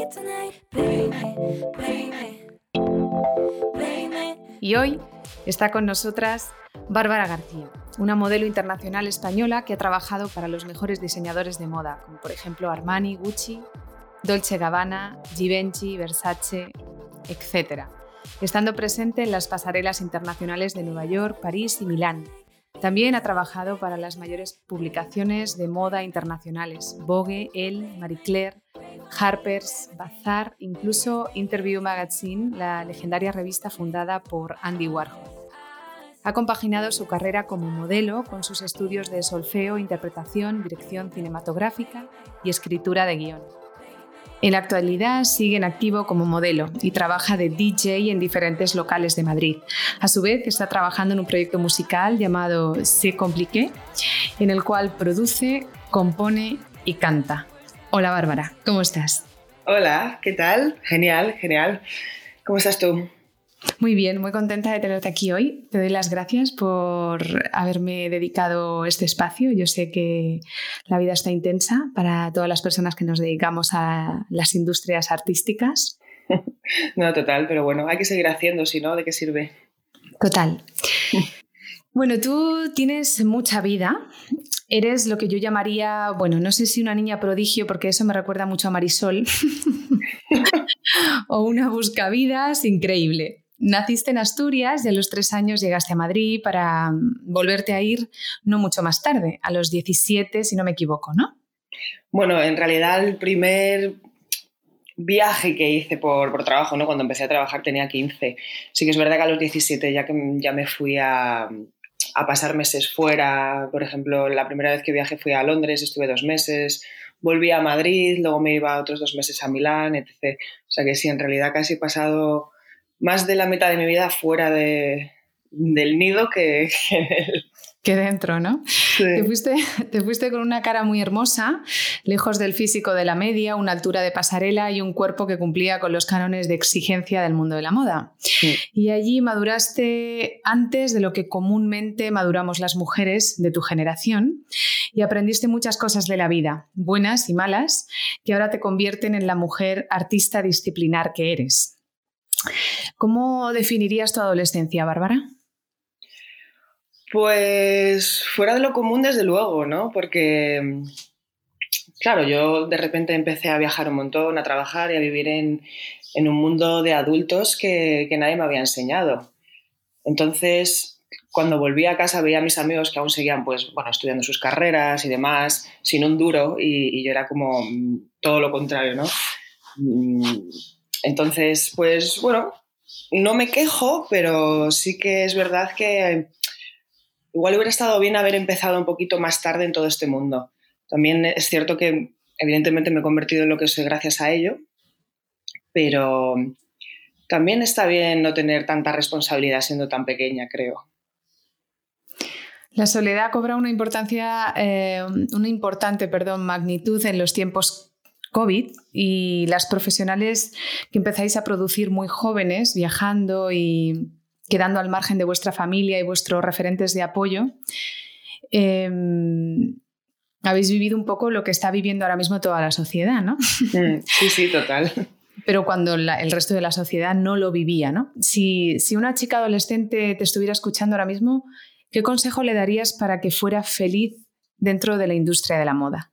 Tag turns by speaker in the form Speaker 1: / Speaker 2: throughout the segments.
Speaker 1: Y hoy está con nosotras Bárbara García, una modelo internacional española que ha trabajado para los mejores diseñadores de moda, como por ejemplo Armani, Gucci, Dolce & Gabbana, Givenchy, Versace, etc., estando presente en las pasarelas internacionales de Nueva York, París y Milán. También ha trabajado para las mayores publicaciones de moda internacionales: Vogue, Elle, Marie Claire, Harper's Bazaar, incluso Interview Magazine, la legendaria revista fundada por Andy Warhol. Ha compaginado su carrera como modelo con sus estudios de solfeo, interpretación, dirección cinematográfica y escritura de guión. En la actualidad sigue en activo como modelo y trabaja de DJ en diferentes locales de Madrid. A su vez está trabajando en un proyecto musical llamado C'est Compliqué, en el cual produce, compone y canta. Hola Bárbara, ¿cómo estás?
Speaker 2: Hola, ¿qué tal? Genial, genial. ¿Cómo estás tú?
Speaker 1: Muy bien, muy contenta de tenerte aquí hoy. Te doy las gracias por haberme dedicado este espacio. Yo sé que la vida está intensa para todas las personas que nos dedicamos a las industrias artísticas.
Speaker 2: No, total, pero bueno, hay que seguir haciendo, si no, ¿de qué sirve?
Speaker 1: Total. Bueno, tú tienes mucha vida. Eres lo que yo llamaría, bueno, no sé si una niña prodigio, porque eso me recuerda mucho a Marisol, o una buscavidas increíble. Naciste en Asturias y a los 3 años llegaste a Madrid para volverte a ir no mucho más tarde, a los 17, si no me equivoco, ¿no?
Speaker 2: Bueno, en realidad el primer viaje que hice por trabajo, ¿no? Cuando empecé a trabajar tenía 15. Sí que es verdad que a los 17 ya me fui a pasar meses fuera. Por ejemplo, la primera vez que viajé fui a Londres, estuve 2 meses, volví a Madrid, luego me iba otros 2 meses a Milán, etc. O sea que sí, en realidad casi he pasado más de la mitad de mi vida fuera del nido que en él.
Speaker 1: Que dentro, ¿no? Sí. Te fuiste con una cara muy hermosa, lejos del físico de la media, una altura de pasarela y un cuerpo que cumplía con los cánones de exigencia del mundo de la moda. Sí. Y allí maduraste antes de lo que comúnmente maduramos las mujeres de tu generación y aprendiste muchas cosas de la vida, buenas y malas, que ahora te convierten en la mujer artista disciplinar que eres. ¿Cómo definirías tu adolescencia, Bárbara?
Speaker 2: Pues fuera de lo común, desde luego, ¿no? Porque, claro, yo de repente empecé a viajar un montón, a trabajar y a vivir en un mundo de adultos que nadie me había enseñado. Entonces, cuando volví a casa veía a mis amigos que aún seguían, pues, bueno, estudiando sus carreras y demás, sin un duro, y yo era como todo lo contrario, ¿no? Entonces, pues, bueno, no me quejo, pero sí que es verdad que igual hubiera estado bien haber empezado un poquito más tarde en todo este mundo. También es cierto que evidentemente me he convertido en lo que soy gracias a ello, pero también está bien no tener tanta responsabilidad siendo tan pequeña, creo.
Speaker 1: La soledad cobra una importante magnitud en los tiempos COVID, y las profesionales que empezáis a producir muy jóvenes, viajando y quedando al margen de vuestra familia y vuestros referentes de apoyo, habéis vivido un poco lo que está viviendo ahora mismo toda la sociedad, ¿no?
Speaker 2: Sí, total.
Speaker 1: Pero cuando el resto de la sociedad no lo vivía, ¿no? Si una chica adolescente te estuviera escuchando ahora mismo, ¿qué consejo le darías para que fuera feliz dentro de la industria de la moda?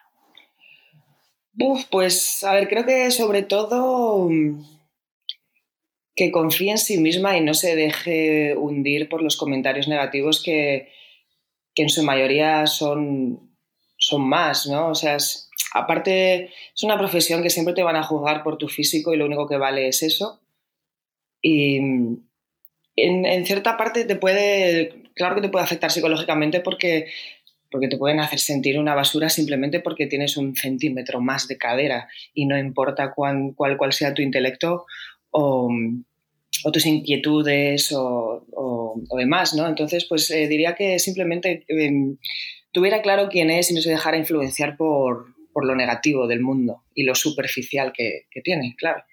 Speaker 2: Pues, a ver, creo que sobre todo que confíe en sí misma y no se deje hundir por los comentarios negativos que en su mayoría son más, ¿no? O sea, aparte es una profesión que siempre te van a juzgar por tu físico y lo único que vale es eso. Y en cierta parte claro que te puede afectar psicológicamente porque te pueden hacer sentir una basura simplemente porque tienes 1 centímetro más de cadera y no importa cuál sea tu intelecto o tus inquietudes o demás, ¿no? Entonces, pues diría que simplemente tuviera claro quién es y no se dejara influenciar por lo negativo del mundo y lo superficial que tiene, claro.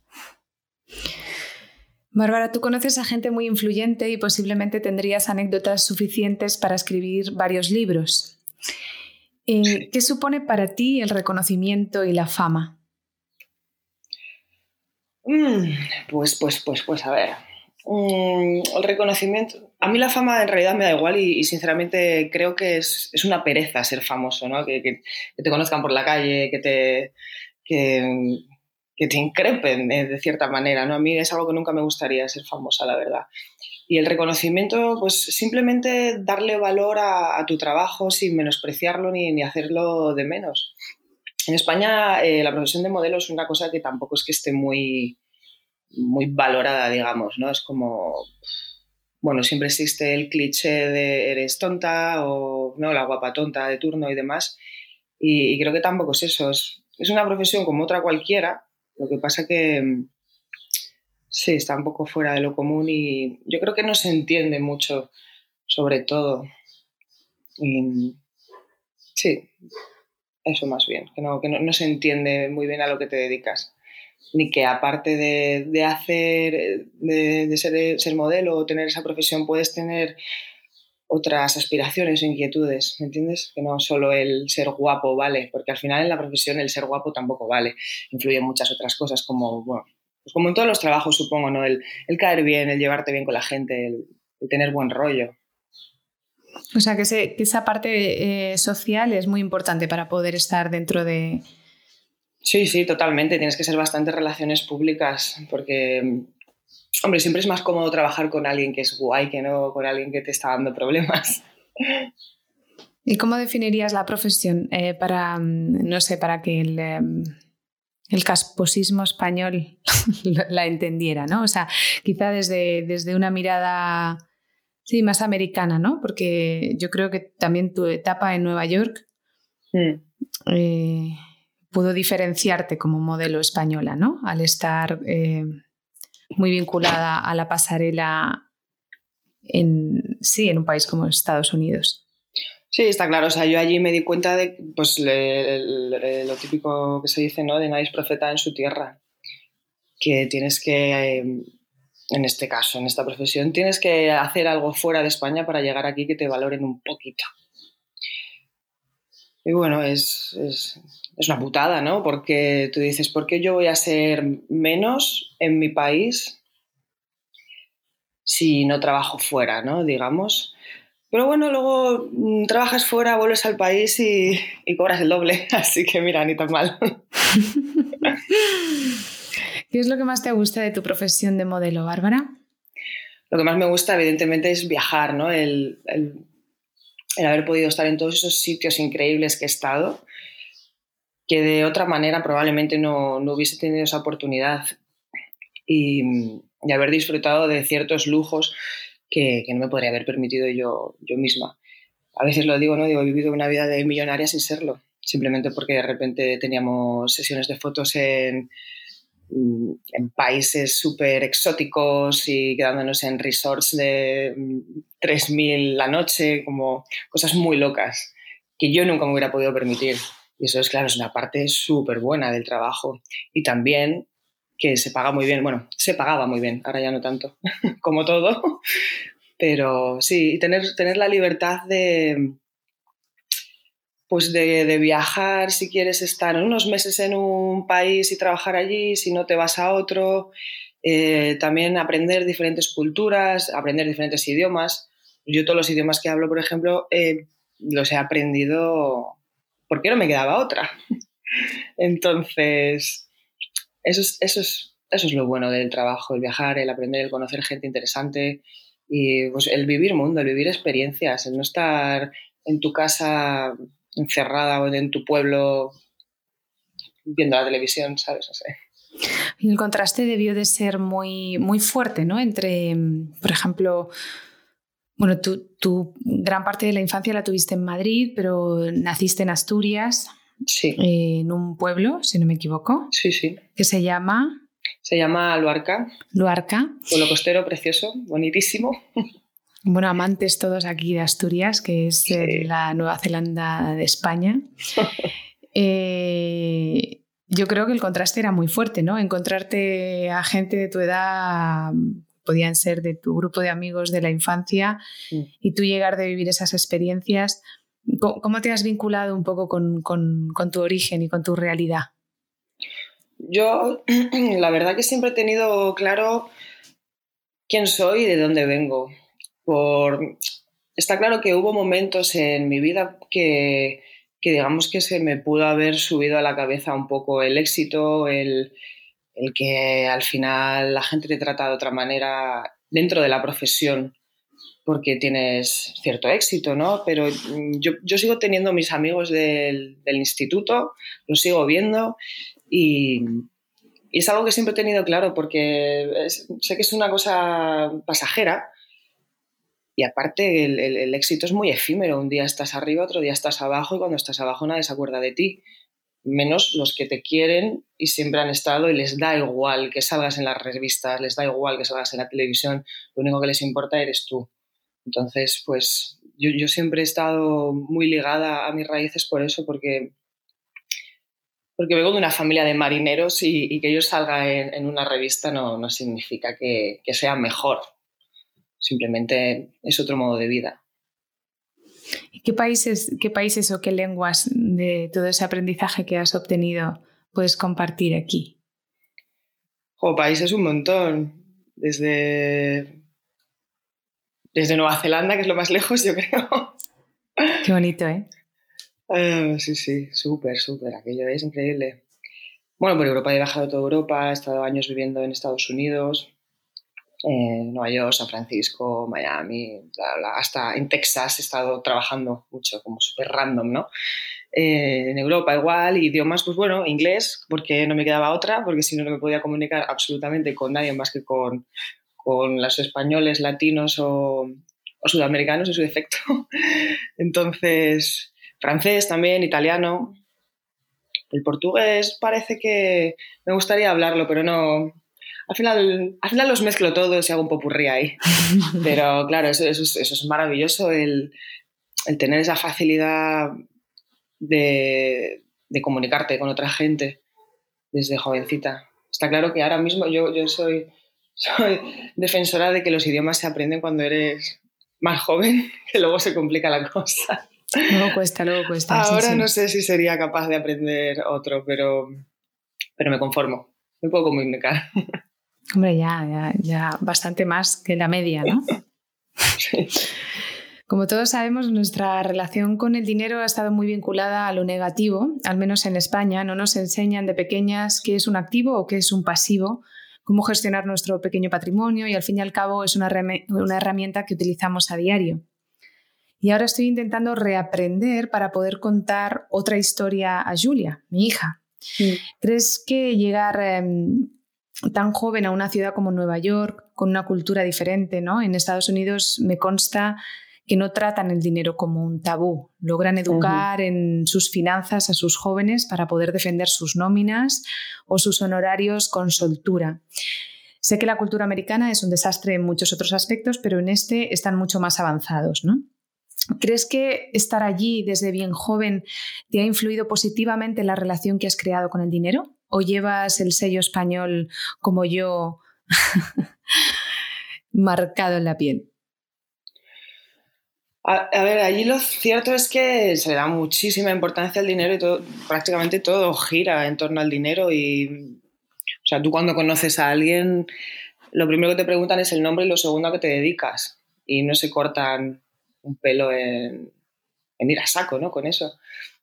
Speaker 1: Bárbara, tú conoces a gente muy influyente y posiblemente tendrías anécdotas suficientes para escribir varios libros. ¿Qué supone para ti el reconocimiento y la fama?
Speaker 2: Pues a ver. El reconocimiento. A mí la fama en realidad me da igual y sinceramente creo que es una pereza ser famoso, ¿no? Que te conozcan por la calle, que, que te increpen de cierta manera, ¿no? A mí es algo que nunca me gustaría ser famosa, la verdad. Y el reconocimiento, pues simplemente darle valor a tu trabajo sin menospreciarlo ni hacerlo de menos. En España la profesión de modelo es una cosa que tampoco es que esté muy valorada, digamos, ¿no? Es como, bueno, siempre existe el cliché de eres tonta o no, la guapa tonta de turno y demás. Y creo que tampoco es eso. Es una profesión como otra cualquiera. Lo que pasa que sí, está un poco fuera de lo común y yo creo que no se entiende mucho, sobre todo. Y, sí, eso más bien, que no se entiende muy bien a lo que te dedicas. Ni que aparte de hacer, de ser modelo o tener esa profesión, puedes tener otras aspiraciones o inquietudes, ¿me entiendes? Que no solo el ser guapo vale, porque al final en la profesión el ser guapo tampoco vale. Influyen muchas otras cosas como, bueno, pues como en todos los trabajos supongo, ¿no? El caer bien, el llevarte bien con la gente, el tener buen rollo.
Speaker 1: O sea, que esa parte social es muy importante para poder estar dentro de...
Speaker 2: Sí, totalmente. Tienes que ser bastante relaciones públicas porque, hombre, siempre es más cómodo trabajar con alguien que es guay que no con alguien que te está dando problemas.
Speaker 1: ¿Y cómo definirías la profesión para, no sé, para que el casposismo español la entendiera, ¿no? O sea, quizá desde una mirada, sí, más americana, ¿no? Porque yo creo que también tu etapa en Nueva York pudo diferenciarte como modelo española, ¿no? Al estar muy vinculada a la pasarela en un país como Estados Unidos.
Speaker 2: Sí, está claro. O sea, yo allí me di cuenta de pues, lo típico que se dice, ¿no? De nadie es profeta en su tierra. Que tienes que, en este caso, en esta profesión, tienes que hacer algo fuera de España para llegar aquí que te valoren un poquito. Y bueno, es una putada, ¿no? Porque tú dices, ¿por qué yo voy a ser menos en mi país si no trabajo fuera, ¿no? Digamos. Pero bueno, luego trabajas fuera, vuelves al país y cobras el doble. Así que mira, ni tan mal.
Speaker 1: ¿Qué es lo que más te gusta de tu profesión de modelo, Bárbara?
Speaker 2: Lo que más me gusta, evidentemente, es viajar, ¿no? El haber podido estar en todos esos sitios increíbles que he estado, que de otra manera probablemente no hubiese tenido esa oportunidad y haber disfrutado de ciertos lujos que no me podría haber permitido yo misma. A veces lo digo, ¿no? Digo, he vivido una vida de millonaria sin serlo, simplemente porque de repente teníamos sesiones de fotos en países súper exóticos y quedándonos en resorts de 3.000 la noche, como cosas muy locas que yo nunca me hubiera podido permitir. Y eso es, claro, es una parte súper buena del trabajo. Y también que se paga muy bien, bueno, se pagaba muy bien, ahora ya no tanto, como todo, pero sí, tener la libertad pues de viajar si quieres estar unos meses en un país y trabajar allí, si no te vas a otro, también aprender diferentes culturas, aprender diferentes idiomas. Yo todos los idiomas que hablo, por ejemplo, los he aprendido porque no me quedaba otra. Entonces, eso es lo bueno del trabajo, el viajar, el aprender, el conocer gente interesante y pues, el vivir mundo, el vivir experiencias, el no estar en tu casa encerrada o en tu pueblo viendo la televisión, ¿sabes? No sé.
Speaker 1: Y el contraste debió de ser muy, muy fuerte, ¿no? Entre, por ejemplo, bueno, tu gran parte de la infancia la tuviste en Madrid, pero naciste en Asturias,
Speaker 2: Sí.
Speaker 1: En un pueblo, si no me equivoco.
Speaker 2: Sí.
Speaker 1: Que se llama...
Speaker 2: Se llama Luarca.
Speaker 1: Luarca.
Speaker 2: Pueblo costero, precioso, bonitísimo.
Speaker 1: Bueno, amantes todos aquí de Asturias, que es la Nueva Zelanda de España. Yo creo que el contraste era muy fuerte, ¿no? Encontrarte a gente de tu edad, podían ser de tu grupo de amigos de la infancia, y tú llegar de vivir esas experiencias. ¿Cómo te has vinculado un poco con tu origen y con tu realidad?
Speaker 2: Yo la verdad que siempre he tenido claro quién soy y de dónde vengo. Está claro que hubo momentos en mi vida que digamos que se me pudo haber subido a la cabeza un poco el éxito, el que al final la gente te trata de otra manera dentro de la profesión porque tienes cierto éxito, ¿no? Pero yo sigo teniendo mis amigos del instituto, los sigo viendo y es algo que siempre he tenido claro porque sé que es una cosa pasajera y aparte el éxito es muy efímero. Un día estás arriba, otro día estás abajo y cuando estás abajo nadie se acuerda de ti. Menos los que te quieren y siempre han estado y les da igual que salgas en las revistas, les da igual que salgas en la televisión, lo único que les importa eres tú. Entonces, pues yo siempre he estado muy ligada a mis raíces por eso, porque vengo de una familia de marineros y que yo salga en una revista no significa que sea mejor, simplemente es otro modo de vida.
Speaker 1: ¿Y qué países o qué lenguas de todo ese aprendizaje que has obtenido puedes compartir aquí?
Speaker 2: Países un montón, desde Nueva Zelanda, que es lo más lejos, yo creo.
Speaker 1: Qué bonito, ¿eh?
Speaker 2: Sí, súper, aquello es increíble. Bueno, por Europa he viajado toda Europa, he estado años viviendo en Estados Unidos, Nueva York, San Francisco, Miami, bla, bla, hasta en Texas he estado trabajando mucho, como súper random, ¿no? En Europa igual, idiomas, pues bueno, inglés, porque no me quedaba otra, porque si no, no me podía comunicar absolutamente con nadie más que con los españoles, latinos o sudamericanos en su defecto. Entonces, francés también, italiano. El portugués parece que me gustaría hablarlo, pero no. Al final los mezclo todos y hago un popurrí ahí. Pero claro, eso es maravilloso, el tener esa facilidad de comunicarte con otra gente desde jovencita. Está claro que ahora mismo yo soy defensora de que los idiomas se aprenden cuando eres más joven, que luego se complica la cosa.
Speaker 1: Luego cuesta.
Speaker 2: Ahora
Speaker 1: Sí.
Speaker 2: no sé si sería capaz de aprender otro, pero me conformo. Me puedo comunicar.
Speaker 1: Hombre, ya bastante más que la media, ¿no?
Speaker 2: Sí.
Speaker 1: Como todos sabemos, nuestra relación con el dinero ha estado muy vinculada a lo negativo, al menos en España. No nos enseñan de pequeñas qué es un activo o qué es un pasivo, cómo gestionar nuestro pequeño patrimonio y al fin y al cabo es una herramienta que utilizamos a diario. Y ahora estoy intentando reaprender para poder contar otra historia a Julia, mi hija. ¿Crees que llegar tan joven a una ciudad como Nueva York, con una cultura diferente, ¿no? En Estados Unidos me consta que no tratan el dinero como un tabú, logran educar en sus finanzas a sus jóvenes para poder defender sus nóminas o sus honorarios con soltura? Sé que la cultura americana es un desastre en muchos otros aspectos, pero en este están mucho más avanzados, ¿no? ¿Crees que estar allí desde bien joven te ha influido positivamente en la relación que has creado con el dinero? ¿O llevas el sello español como yo marcado en la piel?
Speaker 2: A ver, allí lo cierto es que se le da muchísima importancia al dinero y prácticamente todo gira en torno al dinero y, o sea, tú cuando conoces a alguien, lo primero que te preguntan es el nombre y lo segundo a qué te dedicas y no se cortan un pelo en ir a saco, ¿no? Con eso.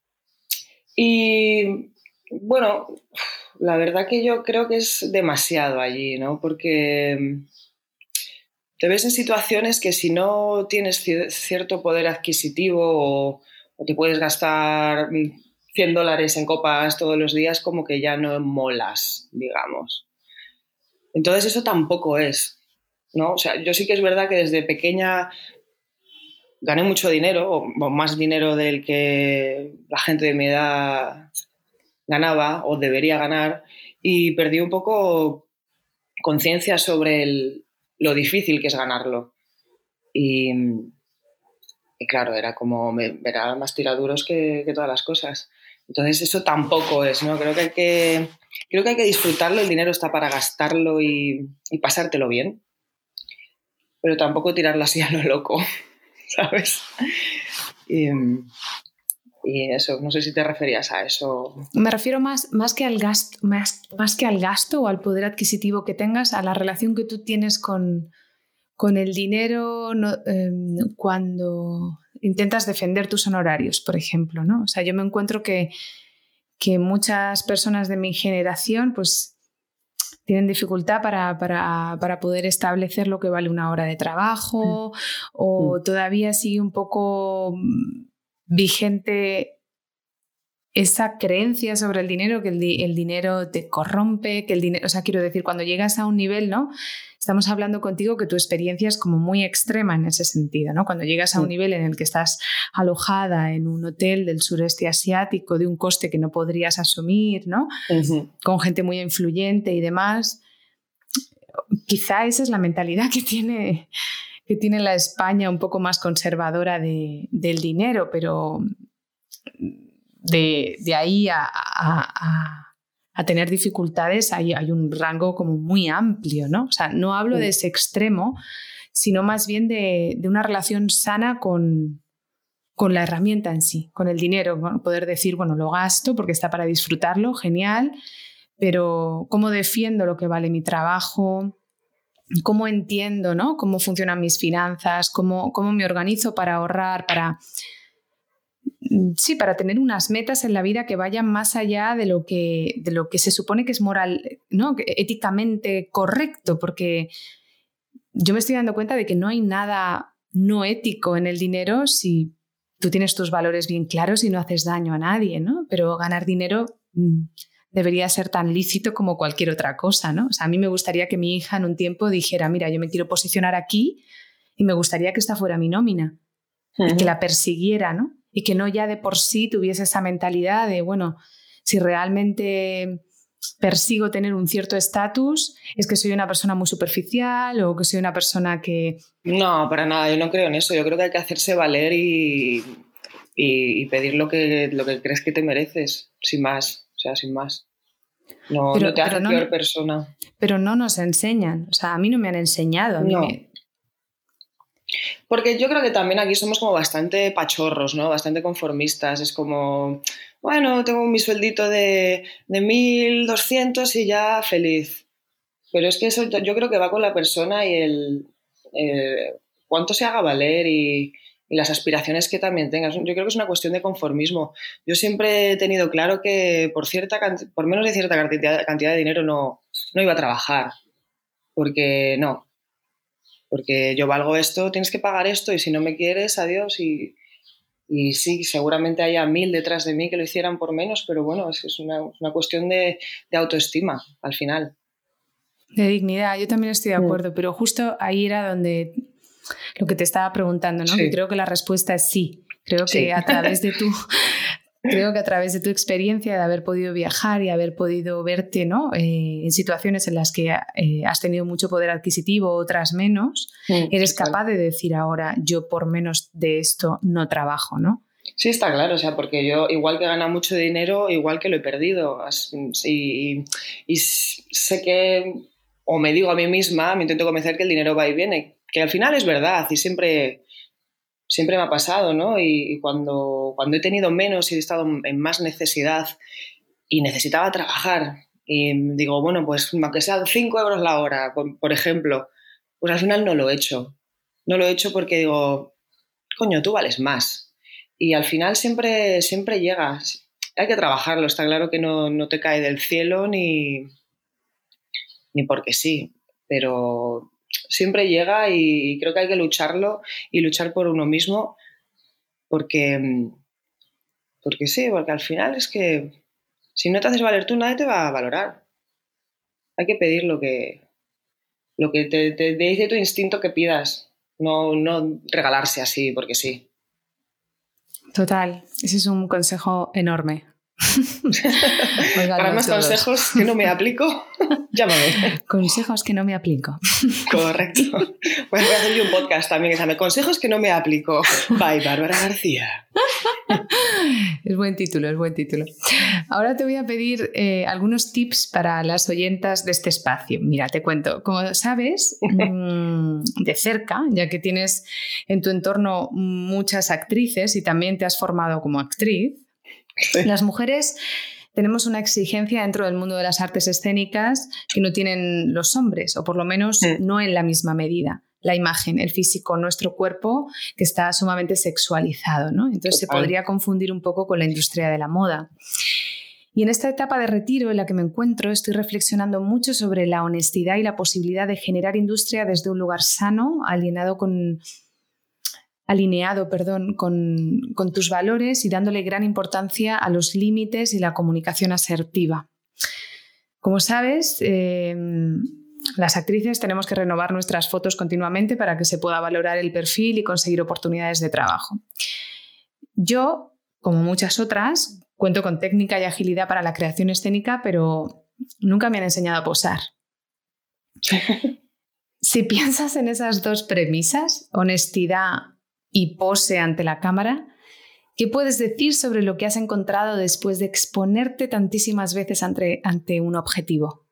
Speaker 2: Y, bueno, la verdad que yo creo que es demasiado allí, ¿no? Porque te ves en situaciones que si no tienes cierto poder adquisitivo o te puedes gastar $100 en copas todos los días, como que ya no molas, digamos. Entonces eso tampoco es, ¿no? O sea, yo sí que es verdad que desde pequeña gané mucho dinero, o más dinero del que la gente de mi edad ganaba o debería ganar, y perdí un poco conciencia sobre lo difícil que es ganarlo. Y claro, era como, era más tiraduros que todas las cosas. Entonces eso tampoco es, ¿no? Creo que hay que disfrutarlo, el dinero está para gastarlo y pasártelo bien, pero tampoco tirarlo así a lo loco, ¿sabes? Y eso, no sé si te referías a eso.
Speaker 1: Me refiero más que al gasto, más que al gasto o al poder adquisitivo que tengas, a la relación que tú tienes con el dinero cuando intentas defender tus honorarios, por ejemplo, ¿no? O sea, yo me encuentro que muchas personas de mi generación pues tienen dificultad para poder establecer lo que vale una hora de trabajo o todavía sigue un poco vigente esa creencia sobre el dinero, que el dinero te corrompe, que el dinero, o sea, quiero decir, cuando llegas a un nivel, ¿no? Estamos hablando contigo que tu experiencia es como muy extrema en ese sentido, ¿no? Cuando llegas a un nivel en el que estás alojada en un hotel del sureste asiático de un coste que no podrías asumir, ¿no? Con gente muy influyente y demás, quizá esa es la mentalidad que tiene la España un poco más conservadora del dinero, pero de ahí a tener dificultades hay un rango como muy amplio, ¿no? O sea, no hablo de ese extremo, sino más bien de una relación sana con la herramienta en sí, con el dinero. Bueno, poder decir, bueno, lo gasto porque está para disfrutarlo, genial, pero ¿cómo defiendo lo que vale mi trabajo? ¿Cómo entiendo, ¿no? Cómo funcionan mis finanzas? ¿Cómo me organizo para ahorrar? Para tener unas metas en la vida que vayan más allá de lo que se supone que es moral, ¿no? Éticamente correcto, porque yo me estoy dando cuenta de que no hay nada no ético en el dinero si tú tienes tus valores bien claros y no haces daño a nadie, ¿no? Pero ganar dinero debería ser tan lícito como cualquier otra cosa, ¿no? O sea, a mí me gustaría que mi hija en un tiempo dijera, mira, yo me quiero posicionar aquí y me gustaría que esta fuera mi nómina y que la persiguiera, ¿no? Y que no ya de por sí tuviese esa mentalidad de, bueno, si realmente persigo tener un cierto estatus, es que soy una persona muy superficial o que soy una persona que...
Speaker 2: No, para nada, yo no creo en eso. Yo creo que hay que hacerse valer y pedir lo que crees que te mereces, sin más, o sea, sin más. No te hace peor persona.
Speaker 1: Pero no nos enseñan, o sea, a mí no me han enseñado.
Speaker 2: Porque yo creo que también aquí somos como bastante pachorros, ¿no? Bastante conformistas. Es como, bueno, tengo mi sueldito de 1.200 y ya feliz. Pero es que eso yo creo que va con la persona y el cuánto se haga valer y las aspiraciones que también tengas. Yo creo que es una cuestión de conformismo. Yo siempre he tenido claro que por menos de cierta cantidad de dinero no iba a trabajar. Porque yo valgo esto, tienes que pagar esto y si no me quieres, adiós. Y sí, seguramente haya 1.000 detrás de mí que lo hicieran por menos, pero bueno, es una cuestión de autoestima al final.
Speaker 1: De dignidad, yo también estoy de acuerdo, pero justo ahí era donde lo que te estaba preguntando, ¿no? Sí. Y creo que la respuesta es sí. Creo que a través de tu experiencia de haber podido viajar y haber podido verte, ¿no? En situaciones en las que has tenido mucho poder adquisitivo, otras menos, eres capaz de decir ahora, yo por menos de esto no trabajo, ¿no?
Speaker 2: Sí, está claro, o sea, porque yo igual que he ganado mucho dinero, igual que lo he perdido. Y sé que, o me digo a mí misma, me intento convencer que el dinero va y viene, que al final es verdad y siempre me ha pasado, ¿no? Y cuando he tenido menos y he estado en más necesidad y necesitaba trabajar y digo, bueno, pues aunque sean 5 euros la hora, por ejemplo, pues al final no lo he hecho. No lo he hecho porque digo, coño, tú vales más. Y al final siempre llegas. Hay que trabajarlo, está claro que no te cae del cielo ni porque sí, pero siempre llega y creo que hay que lucharlo y luchar por uno mismo porque sí, porque al final es que si no te haces valer tú, nadie te va a valorar. Hay que pedir lo que te dice tu instinto que pidas, no regalarse así porque sí.
Speaker 1: Total, ese es un consejo enorme.
Speaker 2: Para más consejos que no me aplico, llámame.
Speaker 1: Consejos que no me aplico.
Speaker 2: Correcto. Voy a hacer yo un podcast también que se llama Consejos que no me aplico. By Bárbara García.
Speaker 1: Es buen título, es buen título. Ahora te voy a pedir algunos tips para las oyentas de este espacio. Mira, te cuento. Como sabes, de cerca, ya que tienes en tu entorno muchas actrices y también te has formado como actriz, sí. Las mujeres tenemos una exigencia dentro del mundo de las artes escénicas que no tienen los hombres, o por lo menos no en la misma medida. La imagen, el físico, nuestro cuerpo, que está sumamente sexualizado, ¿no? Entonces se podría confundir un poco con la industria de la moda. Y en esta etapa de retiro en la que me encuentro, estoy reflexionando mucho sobre la honestidad y la posibilidad de generar industria desde un lugar sano, alineado con tus valores y dándole gran importancia a los límites y la comunicación asertiva. Como sabes, las actrices tenemos que renovar nuestras fotos continuamente para que se pueda valorar el perfil y conseguir oportunidades de trabajo. Yo, como muchas otras, cuento con técnica y agilidad para la creación escénica, pero nunca me han enseñado a posar. Si piensas en esas dos premisas, honestidad y pose ante la cámara, ¿qué puedes decir sobre lo que has encontrado después de exponerte tantísimas veces ante un objetivo?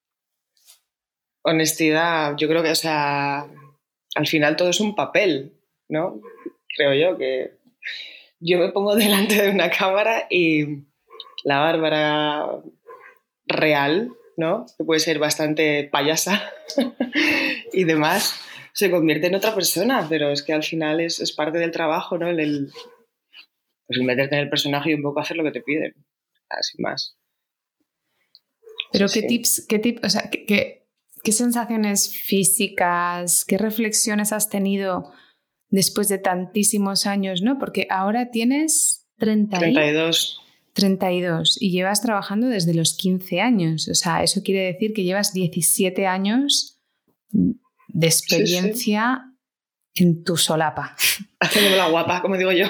Speaker 2: Honestidad, yo creo que, al final todo es un papel, ¿no? Creo yo que yo me pongo delante de una cámara y la Bárbara real, ¿no? Que puede ser bastante payasa y demás, se convierte en otra persona, pero es que al final es parte del trabajo, ¿no? El meterte en el personaje y un poco hacer lo que te piden, sin más.
Speaker 1: Pero sí, ¿qué tips, o sea, qué sensaciones físicas, qué reflexiones has tenido después de tantísimos años, ¿no? Porque ahora tienes
Speaker 2: 32
Speaker 1: y llevas trabajando desde los 15 años. O sea, eso quiere decir que llevas 17 años de experiencia en tu solapa.
Speaker 2: Haciéndome la guapa, como digo yo.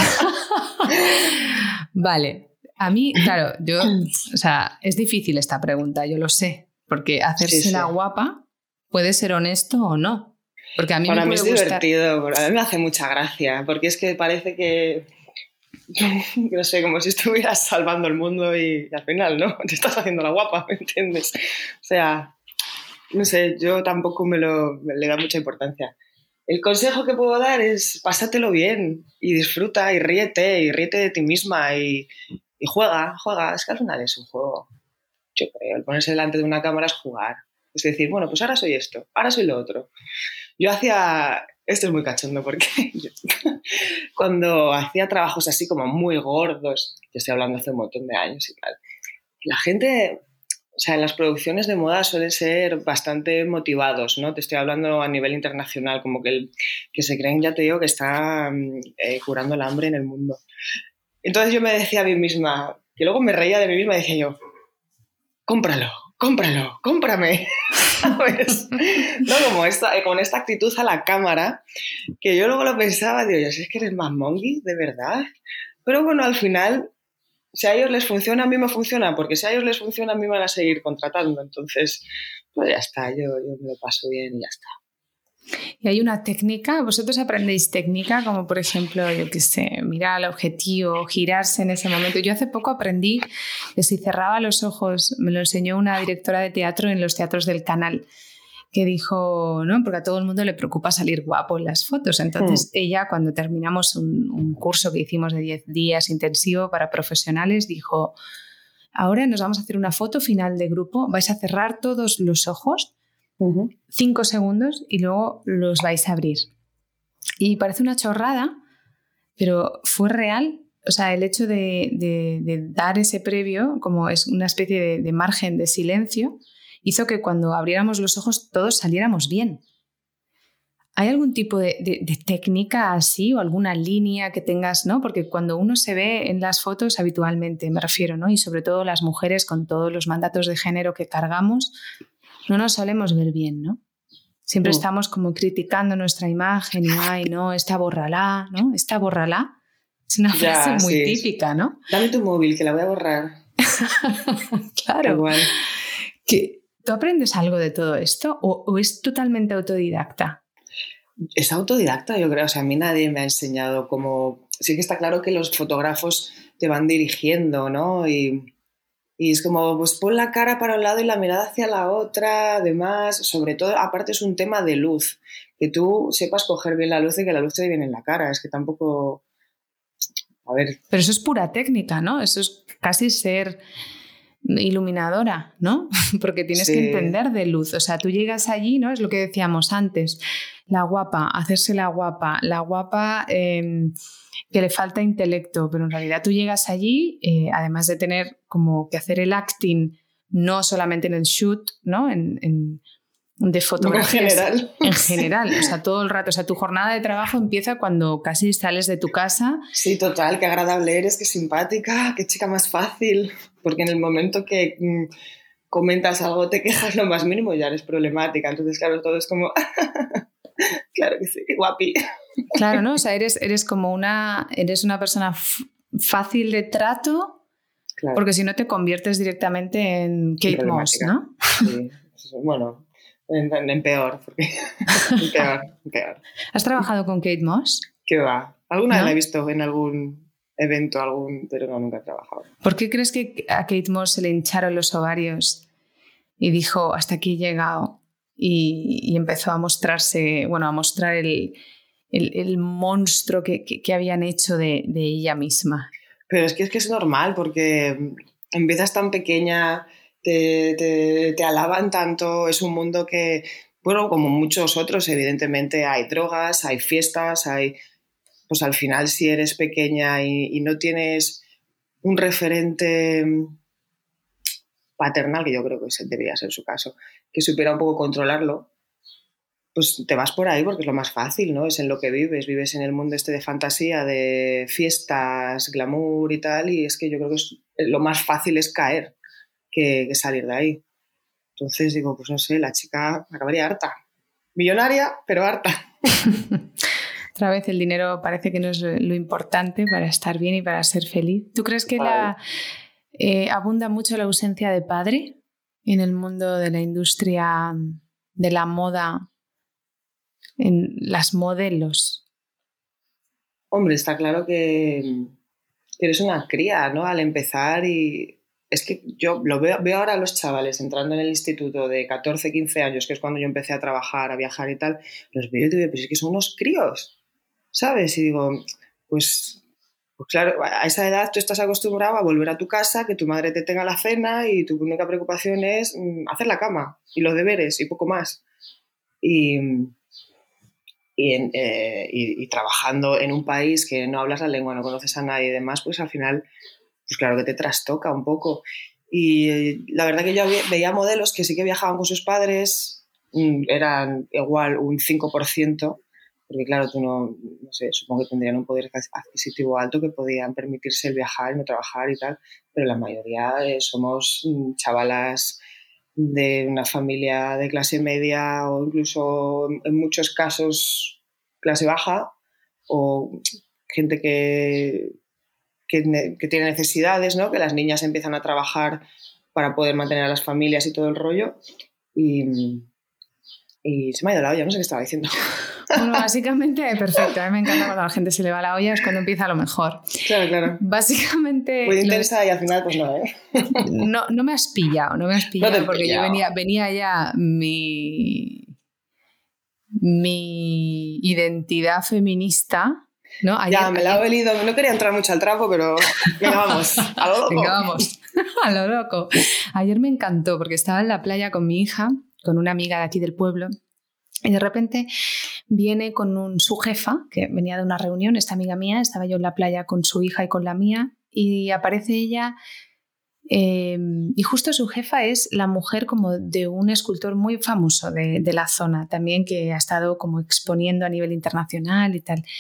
Speaker 1: Vale. A mí, claro, es difícil esta pregunta, yo lo sé, porque hacerse la guapa puede ser honesto o no. Porque a mí
Speaker 2: Para
Speaker 1: me
Speaker 2: mí
Speaker 1: puede
Speaker 2: es
Speaker 1: gustar.
Speaker 2: divertido, a mí me hace mucha gracia, porque es que parece que, no sé, como si estuvieras salvando el mundo y al final, ¿no? Te estás haciendo la guapa, ¿me entiendes? O sea, no sé, yo tampoco me le da mucha importancia. El consejo que puedo dar es pásatelo bien y disfruta y ríete de ti misma y juega, es que al final es un juego. Yo creo, el ponerse delante de una cámara es jugar. Es decir, bueno, pues ahora soy esto, ahora soy lo otro. Yo esto es muy cachondo porque cuando hacía trabajos así como muy gordos, yo estoy hablando hace un montón de años y tal, la gente, en las producciones de moda suelen ser bastante motivados, ¿no? Te estoy hablando a nivel internacional, como que se creen, ya te digo, que está curando el hambre en el mundo. Entonces yo me decía a mí misma, que luego me reía de mí misma y decía yo, cómprame. ¿Sabes? No, con esta actitud a la cámara, que yo luego lo pensaba, digo, yo, si es que eres más mongi, de verdad. Pero bueno, al final, si a ellos les funciona, a mí me funciona, porque si a ellos les funciona, a mí me van a seguir contratando. Entonces, pues ya está, yo me lo paso bien y ya está.
Speaker 1: ¿Y hay una técnica? ¿Vosotros aprendéis técnica? Como por ejemplo, yo qué sé, mirar al objetivo, girarse en ese momento. Yo hace poco aprendí que si cerraba los ojos, me lo enseñó una directora de teatro en los teatros del Canal, que dijo, ¿no? Porque a todo el mundo le preocupa salir guapo en las fotos. Entonces ella, cuando terminamos un curso que hicimos de 10 días intensivo para profesionales, dijo, ahora nos vamos a hacer una foto final de grupo, vais a cerrar todos los ojos 5 segundos y luego los vais a abrir. Y parece una chorrada, pero fue real. O sea, el hecho de dar ese previo, como es una especie de margen de silencio, hizo que cuando abriéramos los ojos todos saliéramos bien. ¿Hay algún tipo de técnica así o alguna línea que tengas, ¿no? Porque cuando uno se ve en las fotos habitualmente, me refiero, ¿no? Y sobre todo las mujeres con todos los mandatos de género que cargamos, no nos solemos ver bien, ¿no? Siempre estamos como criticando nuestra imagen y, ay, no, esta bórrala, ¿no? Esta bórrala es una frase muy típica, ¿no?
Speaker 2: Dame tu móvil, que la voy a borrar.
Speaker 1: Claro. Igual. ¿Tú aprendes algo de todo esto o es totalmente autodidacta?
Speaker 2: Es autodidacta, yo creo. O sea, a mí nadie me ha enseñado cómo sí que está claro que los fotógrafos te van dirigiendo, ¿no? Y es como, pues pon la cara para un lado y la mirada hacia la otra, además, sobre todo, aparte es un tema de luz, que tú sepas coger bien la luz y que la luz te dé bien en la cara, es que tampoco... A ver...
Speaker 1: Pero eso es pura técnica, ¿no? Eso es casi ser iluminadora, ¿no? Porque tienes que entender de luz. O sea, tú llegas allí, ¿no? Es lo que decíamos antes. La guapa, hacerse la guapa que le falta intelecto, pero en realidad tú llegas allí, además de tener como que hacer el acting, no solamente en el shoot, ¿no? De fotografía. En general, o sea, todo el rato. O sea, tu jornada de trabajo empieza cuando casi sales de tu casa.
Speaker 2: Sí, total, qué agradable eres, qué simpática, qué chica más fácil. Porque en el momento que comentas algo, te quejas lo más mínimo y ya eres problemática. Entonces, claro, todo es como... Claro que sí, guapi.
Speaker 1: Claro, ¿no? O sea, eres como eres una persona fácil de trato, claro. Porque si no te conviertes directamente en Kate Moss, ¿no?
Speaker 2: Sí, bueno... En peor, porque en peor.
Speaker 1: ¿Has trabajado con Kate Moss?
Speaker 2: ¿Qué va? Alguna vez la he visto en algún evento, pero no, nunca he trabajado.
Speaker 1: ¿Por qué crees que a Kate Moss se le hincharon los ovarios y dijo, hasta aquí he llegado? Y empezó a mostrarse, bueno, a mostrar el monstruo que habían hecho de ella misma.
Speaker 2: Pero es que es normal, porque empiezas tan pequeña... Te alaban tanto, es un mundo que, bueno, como muchos otros, evidentemente hay drogas, hay fiestas, pues al final si eres pequeña y no tienes un referente paternal, que yo creo que ese debería ser su caso, que supiera un poco controlarlo, pues te vas por ahí porque es lo más fácil, ¿no? Es en lo que vives en el mundo este de fantasía, de fiestas, glamour y tal, y es que yo creo que lo más fácil es caer. Que salir de ahí. Entonces digo, pues no sé, la chica acabaría harta. Millonaria, pero harta.
Speaker 1: Otra vez el dinero parece que no es lo importante para estar bien y para ser feliz. ¿Tú crees que abunda mucho la ausencia de padre en el mundo de la industria de la moda, en las modelos?
Speaker 2: Hombre, está claro que eres una cría, ¿no? Al empezar y... Es que yo lo veo ahora a los chavales entrando en el instituto de 14, 15 años, que es cuando yo empecé a trabajar, a viajar y tal, los veo y digo, pues es que son unos críos, ¿sabes? Y digo, pues claro, a esa edad tú estás acostumbrado a volver a tu casa, que tu madre te tenga la cena y tu única preocupación es hacer la cama y los deberes y poco más. Y trabajando en un país que no hablas la lengua, no conoces a nadie y demás, pues al final... pues claro que te trastoca un poco. Y la verdad que yo veía modelos que sí que viajaban con sus padres, eran igual un 5%, porque claro, tú no sé, supongo que tendrían un poder adquisitivo alto que podían permitirse el viajar y no trabajar y tal, pero la mayoría somos chavalas de una familia de clase media o incluso en muchos casos clase baja o gente que tiene necesidades, ¿no? Que las niñas empiezan a trabajar para poder mantener a las familias y todo el rollo. Y se me ha ido la olla, no sé qué estaba diciendo.
Speaker 1: Bueno, básicamente, perfecto. A mí me encanta cuando a la gente se le va la olla, es cuando empieza lo mejor.
Speaker 2: Claro.
Speaker 1: Básicamente...
Speaker 2: Muy intensa y al final, pues no, ¿eh?
Speaker 1: No me has pillado, porque yo venía ya mi identidad feminista... ¿no?
Speaker 2: Ayer me la he venido, no quería entrar mucho al trapo, pero venga, vamos, a lo loco.
Speaker 1: Venga, vamos, a lo loco. Ayer me encantó porque estaba en la playa con mi hija, con una amiga de aquí del pueblo, y de repente viene con su jefa, que venía de una reunión, esta amiga mía, estaba yo en la playa con su hija y con la mía, y aparece ella, y justo su jefa es la mujer como de un escultor muy famoso de la zona, también que ha estado como exponiendo a nivel internacional y tal.